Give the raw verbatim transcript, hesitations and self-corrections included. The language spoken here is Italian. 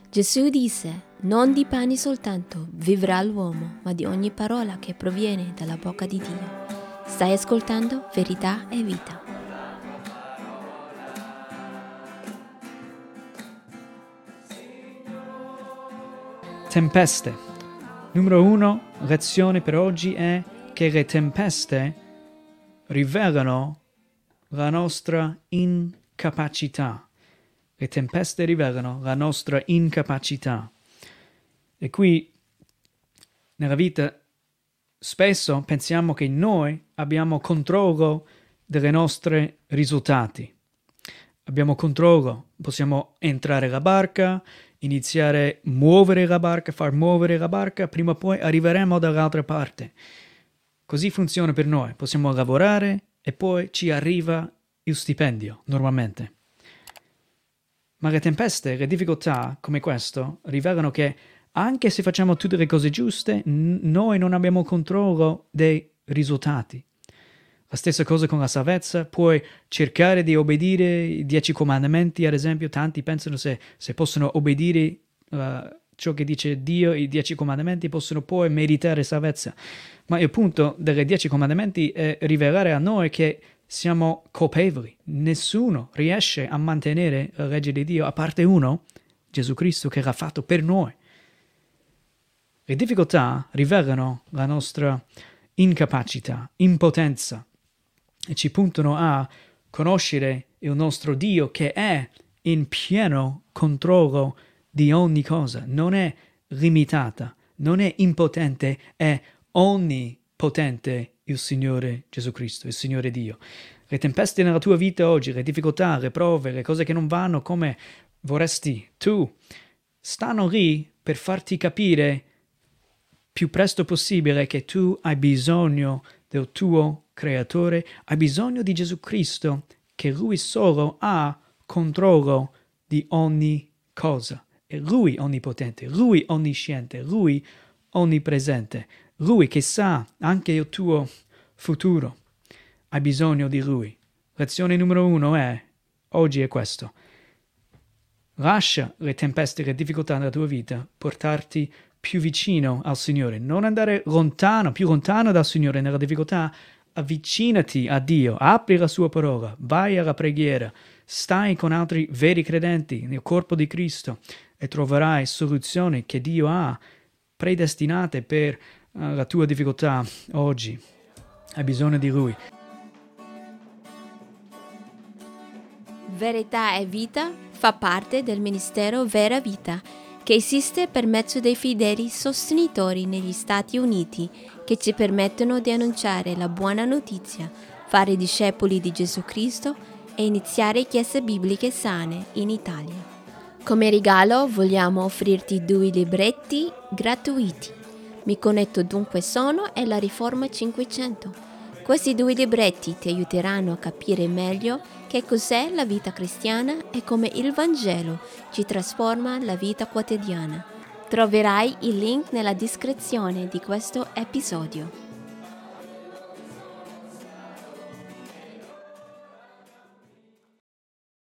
Gesù disse: non di pane soltanto vivrà l'uomo, ma di ogni parola che proviene dalla bocca di Dio. Stai ascoltando Verità e Vita. Tempeste. Numero uno, lezione per oggi è che le tempeste rivelano la nostra incapacità. Le tempeste rivelano la nostra incapacità. E qui, nella vita, spesso pensiamo che noi abbiamo controllo dei nostri risultati. Abbiamo controllo, possiamo entrare nella barca, iniziare a muovere la barca, far muovere la barca, prima o poi arriveremo dall'altra parte. Così funziona per noi, possiamo lavorare e poi ci arriva il stipendio, normalmente. Ma le tempeste, le difficoltà come questo, rivelano che anche se facciamo tutte le cose giuste, n- noi non abbiamo controllo dei risultati. La stessa cosa con la salvezza, puoi cercare di obbedire i dieci comandamenti, ad esempio, tanti pensano se, se possono obbedire uh, ciò che dice Dio, i dieci comandamenti, possono poi meritare salvezza. Ma il punto dei dieci comandamenti è rivelare a noi che siamo colpevoli. Nessuno riesce a mantenere la legge di Dio, a parte uno, Gesù Cristo, che l'ha fatto per noi. Le difficoltà rivelano la nostra incapacità, impotenza, e ci puntano a conoscere il nostro Dio che è in pieno controllo di ogni cosa, non è limitata, non è impotente, è onnipotente il Signore Gesù Cristo, il Signore Dio. Le tempeste nella tua vita oggi, le difficoltà, le prove, le cose che non vanno come vorresti tu, stanno lì per farti capire più presto possibile che tu hai bisogno del tuo Creatore, hai bisogno di Gesù Cristo, che Lui solo ha controllo di ogni cosa. È Lui onnipotente, Lui onnisciente, Lui onnipresente, Lui che sa anche il tuo futuro. Hai bisogno di Lui. Lezione numero uno è, oggi è questo. Lascia le tempeste e le difficoltà nella tua vita portarti più vicino al Signore. Non andare lontano, più lontano dal Signore nella difficoltà. Avvicinati a Dio, apri la sua parola, vai alla preghiera, stai con altri veri credenti nel corpo di Cristo e troverai soluzioni che Dio ha predestinate per uh, la tua difficoltà oggi. Hai bisogno di Lui. Verità e Vita fa parte del ministero Vera Vita, che esiste per mezzo dei fedeli sostenitori negli Stati Uniti, che ci permettono di annunciare la buona notizia, fare discepoli di Gesù Cristo e iniziare chiese bibliche sane in Italia. Come regalo vogliamo offrirti due libretti gratuiti. Mi connetto dunque sono e la Riforma cinquecento. Questi due libretti ti aiuteranno a capire meglio che cos'è la vita cristiana e come il Vangelo ci trasforma la vita quotidiana. Troverai il link nella descrizione di questo episodio.